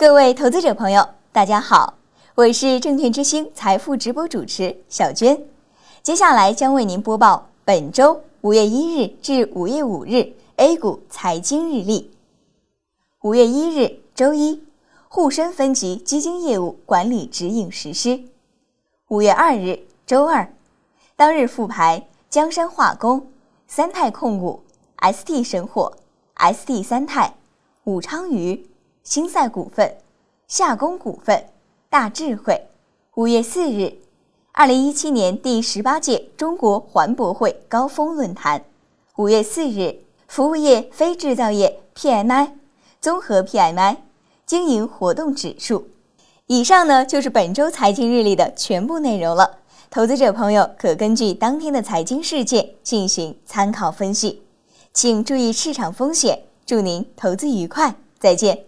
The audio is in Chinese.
各位投资者朋友，大家好，我是证券之星财富直播主持小娟，接下来将为您播报本周5月1日至5月5日 A 股财经日历。5月1日周一，沪深分级基金业务管理指引实施。5月2日周二，当日复牌江山化工、三泰控股、ST 神火、ST 三泰、武昌鱼、新赛股份、夏工股份、大智慧。5月4日，2017年第18届中国环博会高峰论坛。5月4日，服务业非制造业 PMI、综合 PMI、经营活动指数。以上呢就是本周财经日历的全部内容了，投资者朋友可根据当天的财经事件进行参考分析，请注意市场风险，祝您投资愉快，再见。